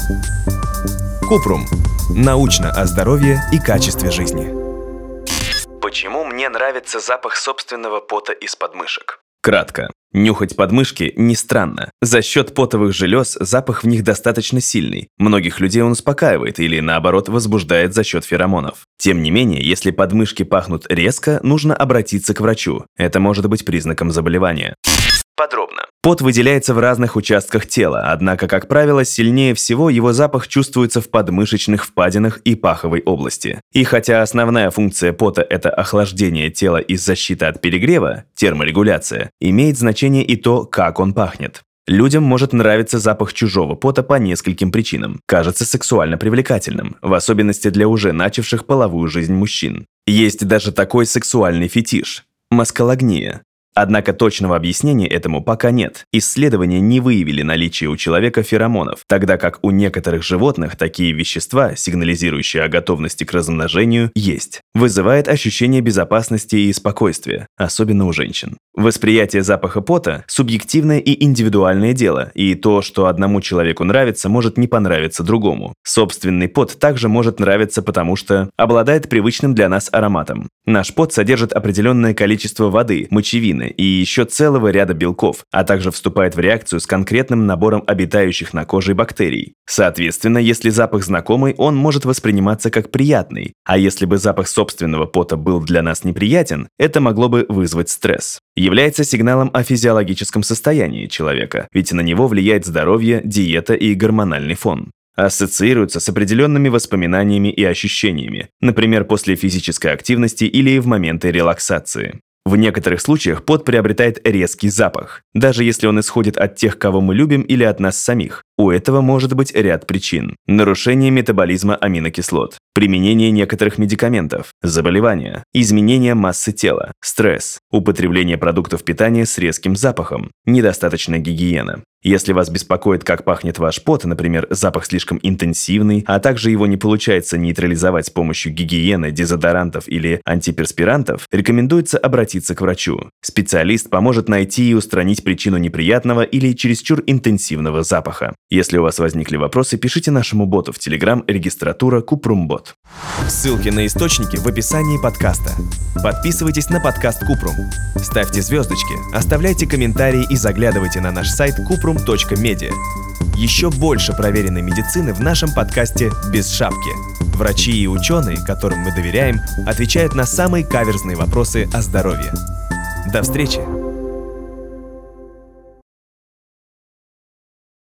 Купрум. Научно о здоровье и качестве жизни. Почему мне нравится запах собственного пота из подмышек? Кратко. Нюхать подмышки не странно. За счет потовых желез запах в них достаточно сильный. Многих людей он успокаивает или, наоборот, возбуждает за счет феромонов. Тем не менее, если подмышки пахнут резко, нужно обратиться к врачу. Это может быть признаком заболевания. Подробно. Пот выделяется в разных участках тела, однако, как правило, сильнее всего его запах чувствуется в подмышечных впадинах и паховой области. И хотя основная функция пота – это охлаждение тела и защита от перегрева, терморегуляция, имеет значение и то, как он пахнет. Людям может нравиться запах чужого пота по нескольким причинам. Кажется сексуально привлекательным, в особенности для уже начавших половую жизнь мужчин. Есть даже такой сексуальный фетиш – маскалогния. Однако точного объяснения этому пока нет. Исследования не выявили наличие у человека феромонов, тогда как у некоторых животных такие вещества, сигнализирующие о готовности к размножению, есть. Вызывает ощущение безопасности и спокойствия, особенно у женщин. Восприятие запаха пота – субъективное и индивидуальное дело, и то, что одному человеку нравится, может не понравиться другому. Собственный пот также может нравиться, потому что обладает привычным для нас ароматом. Наш пот содержит определенное количество воды, мочевины и еще целого ряда белков, а также вступает в реакцию с конкретным набором обитающих на коже бактерий. Соответственно, если запах знакомый, он может восприниматься как приятный, а если бы запах собственного пота был для нас неприятен, это могло бы вызвать стресс. Является сигналом о физиологическом состоянии человека, ведь на него влияет здоровье, диета и гормональный фон. Ассоциируется с определенными воспоминаниями и ощущениями, например, после физической активности или в моменты релаксации. В некоторых случаях пот приобретает резкий запах, даже если он исходит от тех, кого мы любим, или от нас самих. У этого может быть ряд причин. Нарушение метаболизма аминокислот, применение некоторых медикаментов, заболевания, изменение массы тела, стресс, употребление продуктов питания с резким запахом, недостаточная гигиена. Если вас беспокоит, как пахнет ваш пот, например, запах слишком интенсивный, а также его не получается нейтрализовать с помощью гигиены, дезодорантов или антиперспирантов, рекомендуется обратиться к врачу. Специалист поможет найти и устранить причину неприятного или чересчур интенсивного запаха. Если у вас возникли вопросы, пишите нашему боту в Telegram регистратура Купрумбот. Ссылки на источники в описании подкаста. Подписывайтесь на подкаст Купрум. Ставьте звездочки, оставляйте комментарии и заглядывайте на наш сайт kuprum.media. Еще больше проверенной медицины в нашем подкасте «Без шапки». Врачи и ученые, которым мы доверяем, отвечают на самые каверзные вопросы о здоровье. До встречи!